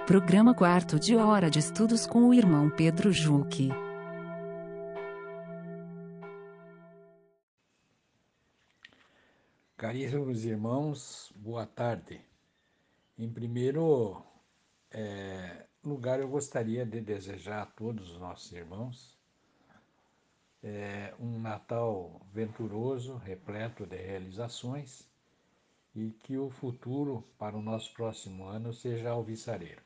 Programa Quarto de Hora de Estudos com o irmão Pedro Juque. Caríssimos irmãos, boa tarde. Em primeiro lugar, eu gostaria de desejar a todos os nossos irmãos um Natal venturoso, repleto de realizações e que o futuro para o nosso próximo ano seja alvissareiro.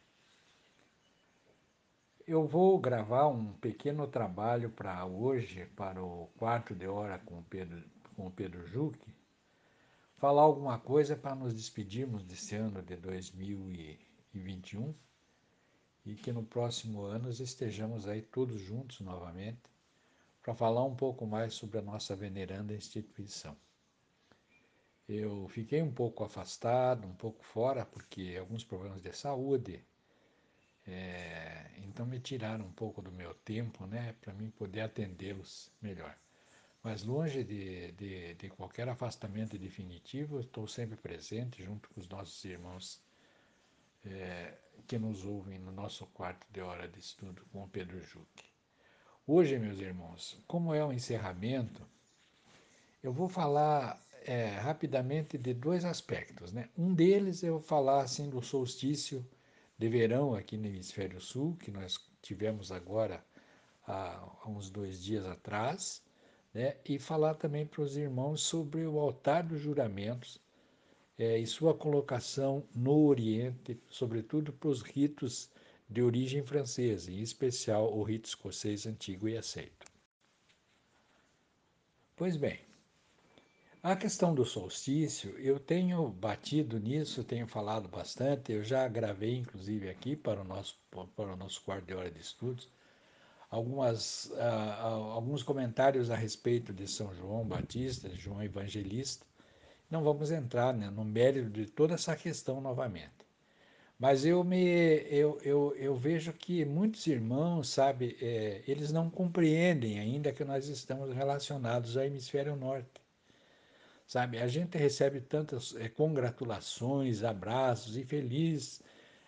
Eu vou gravar um pequeno trabalho para hoje, para o quarto de hora com o Pedro Juque, falar alguma coisa para nos despedirmos desse ano de 2021 e que no próximo ano estejamos aí todos juntos novamente para falar um pouco mais sobre a nossa veneranda instituição. Eu fiquei um pouco afastado, um pouco fora, porque alguns problemas de saúde, então me tiraram um pouco do meu tempo, né, para mim poder atendê-los melhor. Mas longe de qualquer afastamento definitivo, eu estou sempre presente junto com os nossos irmãos que nos ouvem no nosso quarto de hora de estudo com o Pedro Juque. Hoje, meus irmãos, como é o encerramento, eu vou falar rapidamente de dois aspectos. Né? Um deles eu vou falar assim, do solstício de verão aqui no Hemisfério Sul, que nós tivemos agora há uns 2 dias atrás, né? E falar também para os irmãos sobre o altar dos juramentos e sua colocação no Oriente, sobretudo para os ritos de origem francesa, em especial o rito escocês antigo e aceito. Pois bem, a questão do solstício, eu tenho batido nisso, tenho falado bastante, eu já gravei inclusive aqui para o nosso quarto de hora de estudos, alguns comentários a respeito de São João Batista, de João Evangelista. Não vamos entrar, né, no mérito de toda essa questão novamente. Mas eu vejo que muitos irmãos, sabe, eles não compreendem ainda que nós estamos relacionados ao hemisfério norte. Sabe, a gente recebe tantas congratulações, abraços e feliz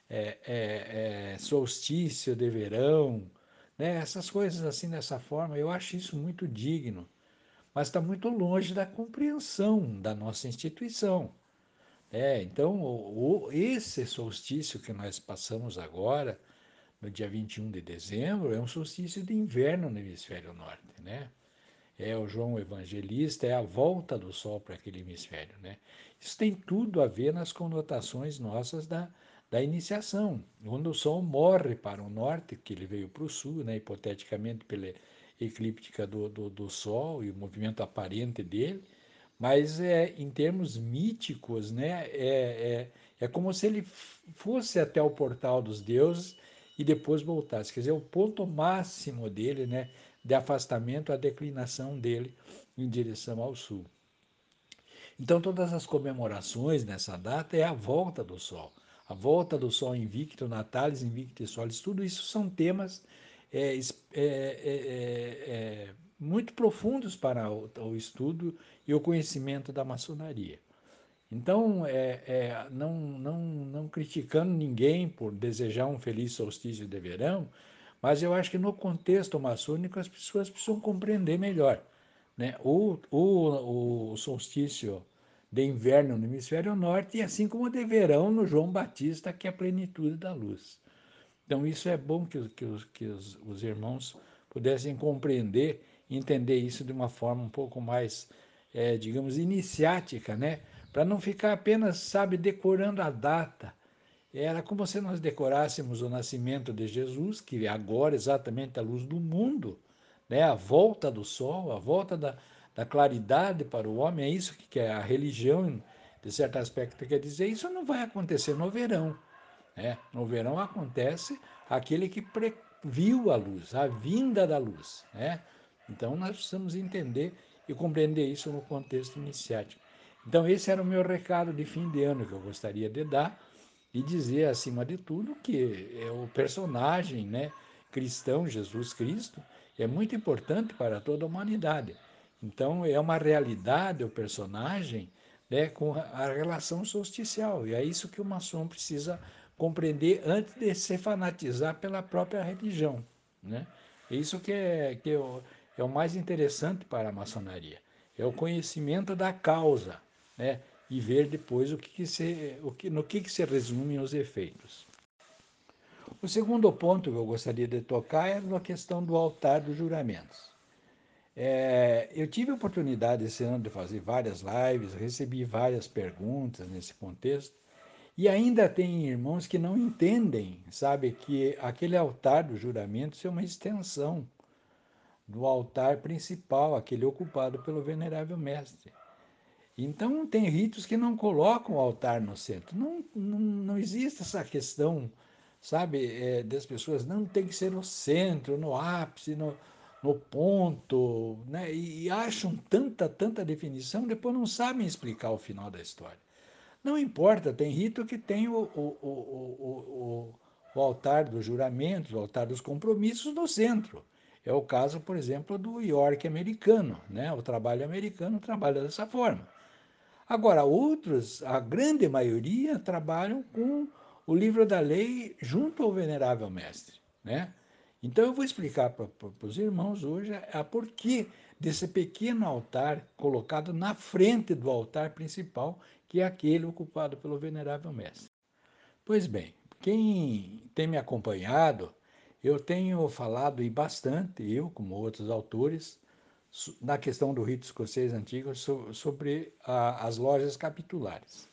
solstício de verão, né? Essas coisas assim dessa forma, eu acho isso muito digno, mas está muito longe da compreensão da nossa instituição. Então, esse solstício que nós passamos agora, no dia 21 de dezembro, é um solstício de inverno no hemisfério norte, né? É o João Evangelista, é a volta do Sol para aquele hemisfério, né? Isso tem tudo a ver nas conotações nossas da iniciação. Quando o Sol morre para o norte, que ele veio para o sul, né? Hipoteticamente pela eclíptica do Sol e o movimento aparente dele, mas em termos míticos, né, é como se ele fosse até o portal dos deuses e depois voltasse. Quer dizer, o ponto máximo dele, né, de afastamento, a declinação dele em direção ao sul. Então, todas as comemorações nessa data é a volta do Sol. A volta do Sol invicto, Natalis invicti solis, tudo isso são temas é, é, muito profundos para o estudo e o conhecimento da maçonaria. Então, não criticando ninguém por desejar um feliz solstício de verão, mas eu acho que no contexto maçônico as pessoas precisam compreender melhor. Né? O solstício de inverno no hemisfério norte, e assim como o de verão no João Batista, que é a plenitude da luz. Então, isso é bom que os irmãos pudessem compreender, entender isso de uma forma um pouco mais, digamos, iniciática, né? Para não ficar apenas, sabe, decorando a data. Era como se nós decorássemos o nascimento de Jesus, que agora exatamente a luz do mundo, né? A volta do sol, a volta da claridade para o homem. É isso que a religião, de certo aspecto, quer dizer. Isso não vai acontecer no verão. No verão acontece aquele que previu a luz, a vinda da luz. Né? Então nós precisamos entender e compreender isso no contexto iniciático. Então esse era o meu recado de fim de ano que eu gostaria de dar e dizer, acima de tudo, que o personagem, né, cristão, Jesus Cristo, é muito importante para toda a humanidade. Então é uma realidade o personagem, né, com a relação solsticial. E é isso que o maçom precisa compreender antes de se fanatizar pela própria religião, né? Isso é o mais interessante para a maçonaria, é o conhecimento da causa, né? E ver depois no que se resumem os efeitos. O segundo ponto que eu gostaria de tocar é na questão do altar dos juramentos. Eu tive a oportunidade esse ano de fazer várias lives, recebi várias perguntas nesse contexto, e ainda tem irmãos que não entendem, sabe, que aquele altar dos juramentos é uma extensão do altar principal, aquele ocupado pelo venerável mestre. Então, tem ritos que não colocam o altar no centro. Não existe essa questão, sabe, das pessoas, não tem que ser no centro, no ápice, no ponto, né? E acham tanta definição, depois não sabem explicar o final da história. Não importa, tem rito que tem o altar dos juramentos, o altar dos compromissos no centro. É o caso, por exemplo, do York americano, né? O trabalho americano trabalha dessa forma. Agora, outros, a grande maioria, trabalham com o livro da lei junto ao venerável mestre, né? Então eu vou explicar para os irmãos hoje a porquê desse pequeno altar colocado na frente do altar principal, que é aquele ocupado pelo venerável mestre. Pois bem, quem tem me acompanhado, eu tenho falado e bastante, eu como outros autores, na questão do rito escocês antigo sobre as lojas capitulares.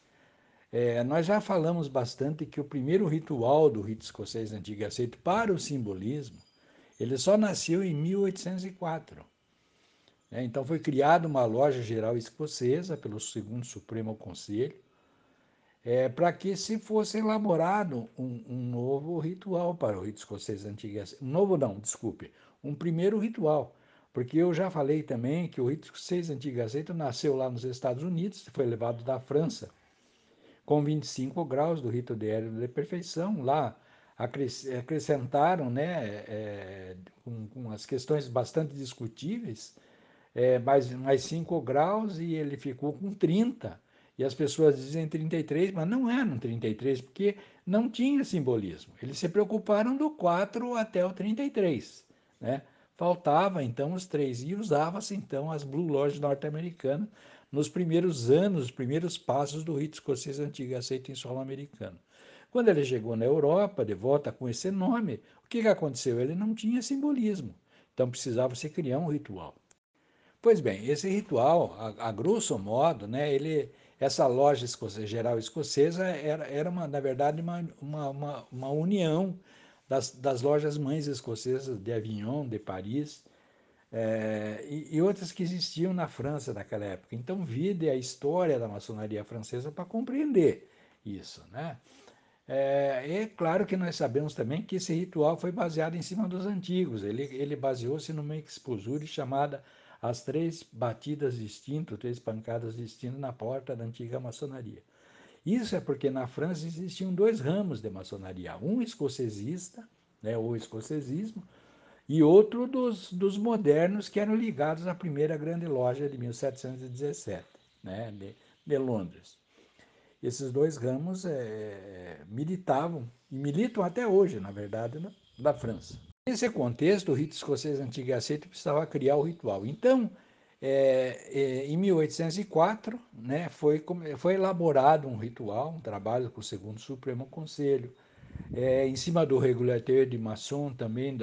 Nós já falamos bastante que o primeiro ritual do rito escocês antigo aceito para o simbolismo, ele só nasceu em 1804. Então foi criada uma loja geral escocesa pelo segundo Supremo Conselho, para que se fosse elaborado um novo ritual para o rito escocês antigo. Novo não, desculpe, um primeiro ritual. Porque eu já falei também que o rito escocês antigo aceito nasceu lá nos Estados Unidos, foi levado da França, com 25 graus do rito de Hélio de perfeição. Lá acrescentaram, né, com as questões bastante discutíveis, mais 5 graus e ele ficou com 30. E as pessoas dizem 33, mas não eram 33, porque não tinha simbolismo. Eles se preocuparam do 4 até o 33, né? Faltava então os 3 e usava-se então as Blue Lodge norte-americanas nos primeiros anos, os primeiros passos do rito escocês antigo aceito em solo americano. Quando ele chegou na Europa, de volta com esse nome, o que aconteceu? Ele não tinha simbolismo, então precisava se criar um ritual. Pois bem, esse ritual, a grosso modo, né, essa loja geral escocesa era na verdade, uma união das lojas mães escocesas de Avignon, de Paris, e outras que existiam na França naquela época. Então, vide a história da maçonaria francesa para compreender isso, né? É claro que nós sabemos também que esse ritual foi baseado em cima dos antigos. Ele baseou-se numa exposure chamada As Três Batidas Distintas, Três Pancadas Distintas na porta da antiga maçonaria. Isso é porque na França existiam dois ramos de maçonaria, um escocesista, né, ou escocesismo, e outro dos modernos que eram ligados à primeira grande loja de 1717, né, de Londres. Esses dois ramos militavam, e militam até hoje, na verdade, na França. Nesse contexto, o rito escocês antigo e aceito precisava criar o ritual. Então, em 1804, né, foi elaborado um ritual, um trabalho com o Segundo Supremo Conselho, em cima do regulateur de maçom também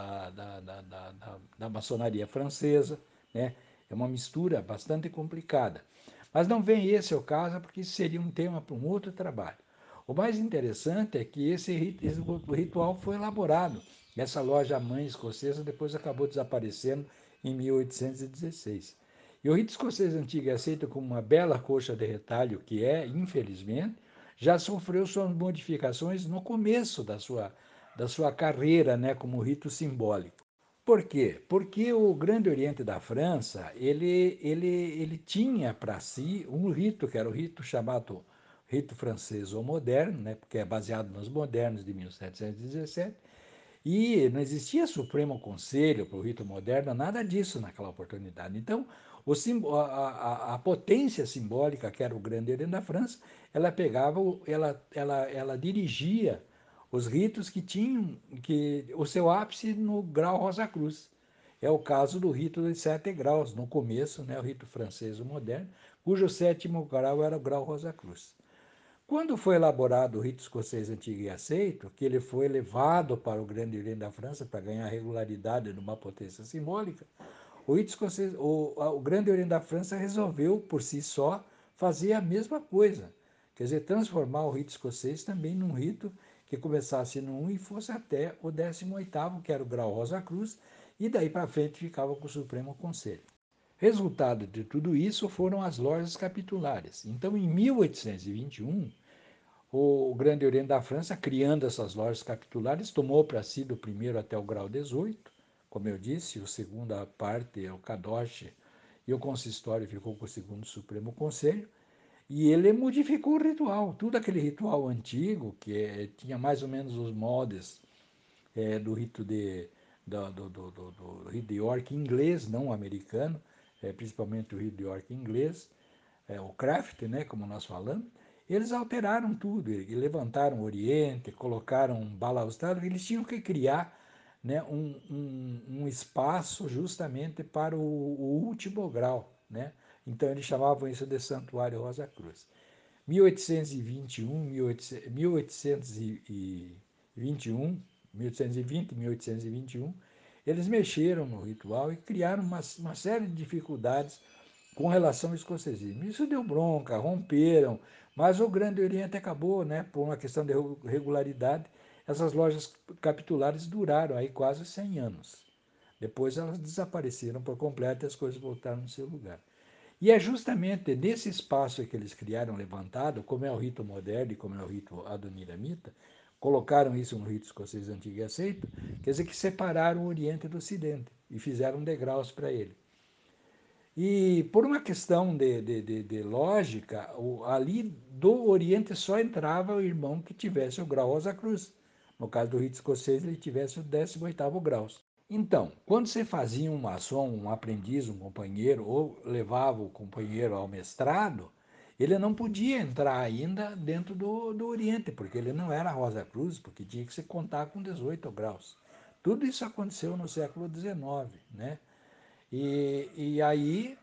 da maçonaria francesa, né? É uma mistura bastante complicada. Mas não vem esse o caso, porque isso seria um tema para um outro trabalho. O mais interessante é que esse ritual foi elaborado. Essa loja mãe escocesa depois acabou desaparecendo em 1816. E o rito escocês antigo é aceito como uma bela coxa de retalho, que infelizmente, já sofreu suas modificações no começo da sua carreira, né, como rito simbólico. Por quê? Porque o Grande Oriente da França, ele tinha para si um rito, que era o rito chamado rito francês ou moderno, né, porque é baseado nos modernos de 1717, E não existia Supremo Conselho para o rito moderno, nada disso naquela oportunidade. Então, a potência simbólica, que era o grande Oriente da França, ela pegava, ela dirigia os ritos que tinham o seu ápice no grau Rosa Cruz. É o caso do rito de 7 graus, no começo, né, o rito francês o moderno, cujo 7º grau era o grau Rosa Cruz. Quando foi elaborado o rito escocês antigo e aceito, que ele foi levado para o Grande Oriente da França para ganhar regularidade numa potência simbólica, o rito escocês, o Grande Oriente da França resolveu por si só fazer a mesma coisa, quer dizer, transformar o rito escocês também num rito que começasse no 1 e fosse até o 18º, que era o grau Rosa Cruz, e daí para frente ficava com o Supremo Conselho. Resultado de tudo isso foram as lojas capitulares. Então, em 1821, o Grande Oriente da França, criando essas lojas capitulares, tomou para si do primeiro até o grau 18, como eu disse, o segunda parte é o Kadosh, e o consistório ficou com o segundo Supremo Conselho, e ele modificou o ritual, tudo aquele ritual antigo, que tinha mais ou menos os moldes do rito do rito de York inglês, não americano, principalmente o rito de York inglês, o craft, né, como nós falamos, eles alteraram tudo, e levantaram o Oriente, colocaram um balaustrado, eles tinham que criar, né, um espaço justamente para o último grau. Né? Então eles chamavam isso de Santuário Rosa Cruz. 1821, 1821, 1820, 1821, eles mexeram no ritual e criaram uma série de dificuldades com relação ao escocesismo. Isso deu bronca, romperam, mas o Grande Oriente acabou, né, por uma questão de regularidade, essas lojas capitulares duraram aí quase 100 anos. Depois elas desapareceram por completo e as coisas voltaram no seu lugar. E é justamente nesse espaço que eles criaram levantado, como é o rito moderno e como é o rito adoniramita, colocaram isso no rito escocês antigo e aceito, quer dizer que separaram o Oriente do Ocidente e fizeram degraus para ele. E por uma questão de lógica, ali do Oriente só entrava o irmão que tivesse o grau Rosa Cruz. No caso do rito escocês, ele tivesse o 18º grau. Então, quando você fazia um maçom, um aprendiz, um companheiro, ou levava o companheiro ao mestrado, ele não podia entrar ainda dentro do Oriente, porque ele não era Rosa Cruz, porque tinha que se contar com 18 graus. Tudo isso aconteceu no século XIX, né? E aí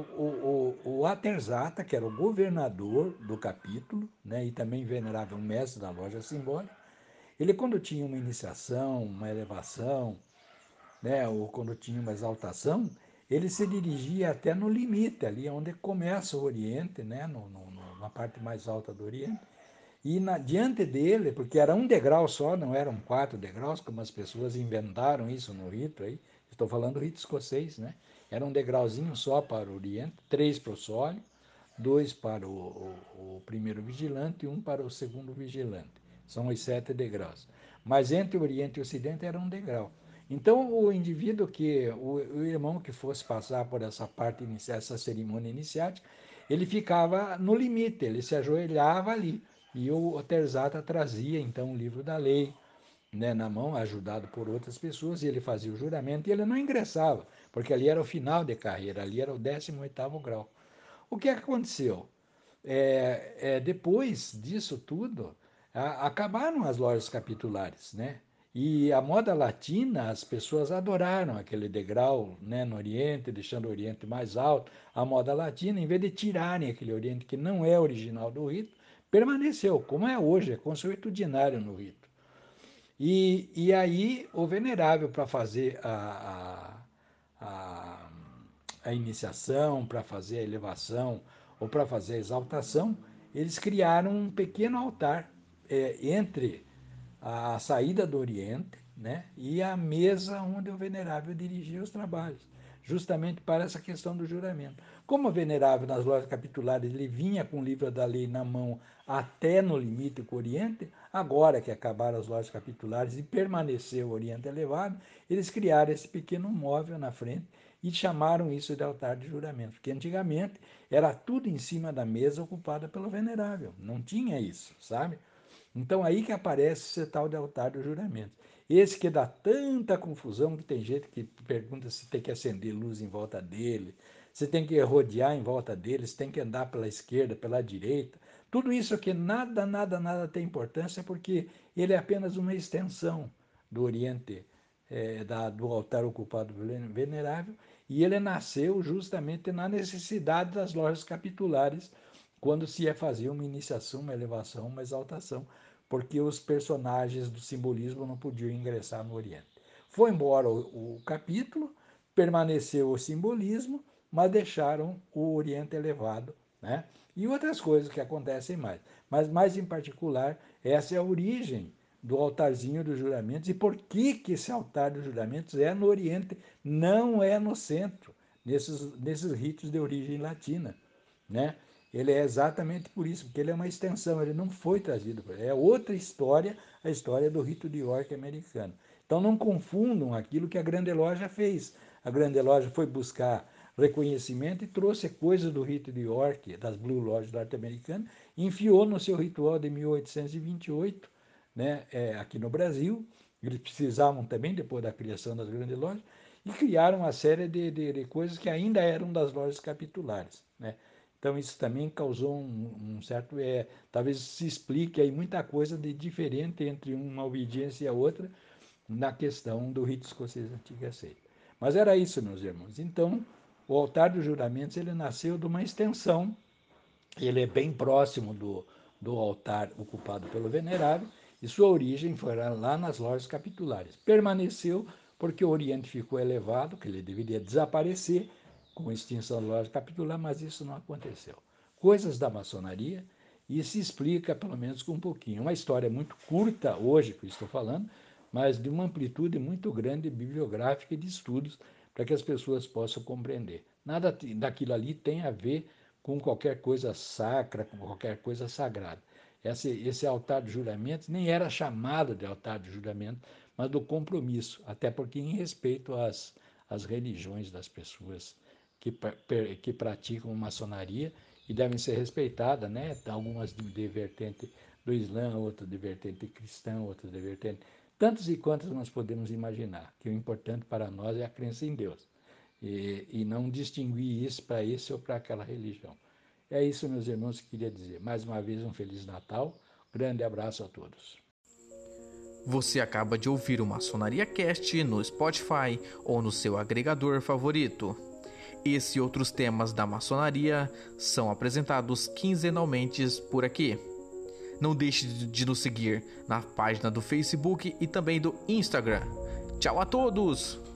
o Aterzata, que era o governador do capítulo, né, e também venerável mestre da loja simbólica, ele quando tinha uma iniciação, uma elevação, né, ou quando tinha uma exaltação, ele se dirigia até no limite, ali onde começa o Oriente, né, na parte mais alta do Oriente, e diante dele, porque era um degrau só, não eram 4 degraus, como as pessoas inventaram isso no rito aí, estou falando do rito escocês, né? Era um degrauzinho só para o Oriente, 3 para o sólio, 2 para o primeiro vigilante e 1 para o segundo vigilante. São os 7 degraus. Mas entre o Oriente e o Ocidente era um degrau. Então, o indivíduo o irmão que fosse passar por essa parte, essa cerimônia iniciática, ele ficava no limite, ele se ajoelhava ali. E o Terzata trazia, então, o livro da lei, né, na mão, ajudado por outras pessoas, e ele fazia o juramento e ele não ingressava, porque ali era o final de carreira, ali era o 18º grau. O que aconteceu? Depois disso tudo, acabaram as lojas capitulares, né? E a moda latina, as pessoas adoraram aquele degrau, né, no Oriente, deixando o Oriente mais alto. A moda latina, em vez de tirarem aquele Oriente que não é original do rito, permaneceu, como é hoje, é consuetudinário no rito. E aí o venerável, para fazer a, a iniciação, para fazer a elevação ou para fazer a exaltação, eles criaram um pequeno altar entre a saída do Oriente, né, e a mesa onde o venerável dirigia os trabalhos, justamente para essa questão do juramento. Como o venerável nas lojas capitulares ele vinha com o livro da lei na mão até no limite com o Oriente, agora que acabaram as lojas capitulares e permaneceu o Oriente elevado, eles criaram esse pequeno móvel na frente e chamaram isso de altar de juramento, porque antigamente era tudo em cima da mesa ocupada pelo venerável, não tinha isso, sabe? Então aí que aparece esse tal de altar do juramento. Esse que dá tanta confusão, que tem gente que pergunta se tem que acender luz em volta dele, se tem que rodear em volta dele, se tem que andar pela esquerda, pela direita. Tudo isso aqui nada tem importância, porque ele é apenas uma extensão do Oriente, do altar ocupado pelo Venerável, e ele nasceu justamente na necessidade das lojas capitulares, quando se ia fazer uma iniciação, uma elevação, uma exaltação, porque os personagens do simbolismo não podiam ingressar no Oriente. Foi embora o capítulo, permaneceu o simbolismo, mas deixaram o Oriente elevado, né? E outras coisas que acontecem mais. Mas mais em particular, essa é a origem do altarzinho dos juramentos e por que esse altar dos juramentos é no Oriente, não é no centro, nesses ritos de origem latina, né? Ele é exatamente por isso, porque ele é uma extensão, ele não foi trazido, é outra história, a história do rito de York americano. Então não confundam aquilo que a Grande Loja fez. A Grande Loja foi buscar reconhecimento e trouxe coisas do rito de York, das Blue Lodge norte-americanas, e enfiou no seu ritual de 1828, né, aqui no Brasil. Eles precisavam também, depois da criação das Grandes Lojas, e criaram uma série de coisas que ainda eram das lojas capitulares, né? Então isso também causou um certo, talvez se explique aí muita coisa de diferente entre uma obediência e a outra na questão do rito escocês antigo e aceito. Mas era isso, meus irmãos. Então, o altar dos juramentos ele nasceu de uma extensão, ele é bem próximo do altar ocupado pelo venerável, e sua origem foi lá nas lojas capitulares. Permaneceu porque o Oriente ficou elevado, que ele deveria desaparecer com a extinção da loja capitular, mas isso não aconteceu. Coisas da maçonaria, e se explica, pelo menos, com um pouquinho. Uma história muito curta hoje que eu estou falando, mas de uma amplitude muito grande bibliográfica e de estudos para que as pessoas possam compreender. Nada daquilo ali tem a ver com qualquer coisa sacra, com qualquer coisa sagrada. Esse altar de juramento nem era chamado de altar de juramento, mas do compromisso, até porque em respeito às religiões das pessoas que praticam maçonaria e devem ser respeitadas, né? Algumas de vertente do Islã, outras de vertente cristã, outras de vertente... Tantas e quantas nós podemos imaginar, que o importante para nós é a crença em Deus. E não distinguir isso para esse ou para aquela religião. É isso, meus irmãos, que queria dizer. Mais uma vez, um Feliz Natal. Grande abraço a todos. Você acaba de ouvir o Maçonaria Cast no Spotify ou no seu agregador favorito. Esse e outros temas da maçonaria são apresentados quinzenalmente por aqui. Não deixe de nos seguir na página do Facebook e também do Instagram. Tchau a todos!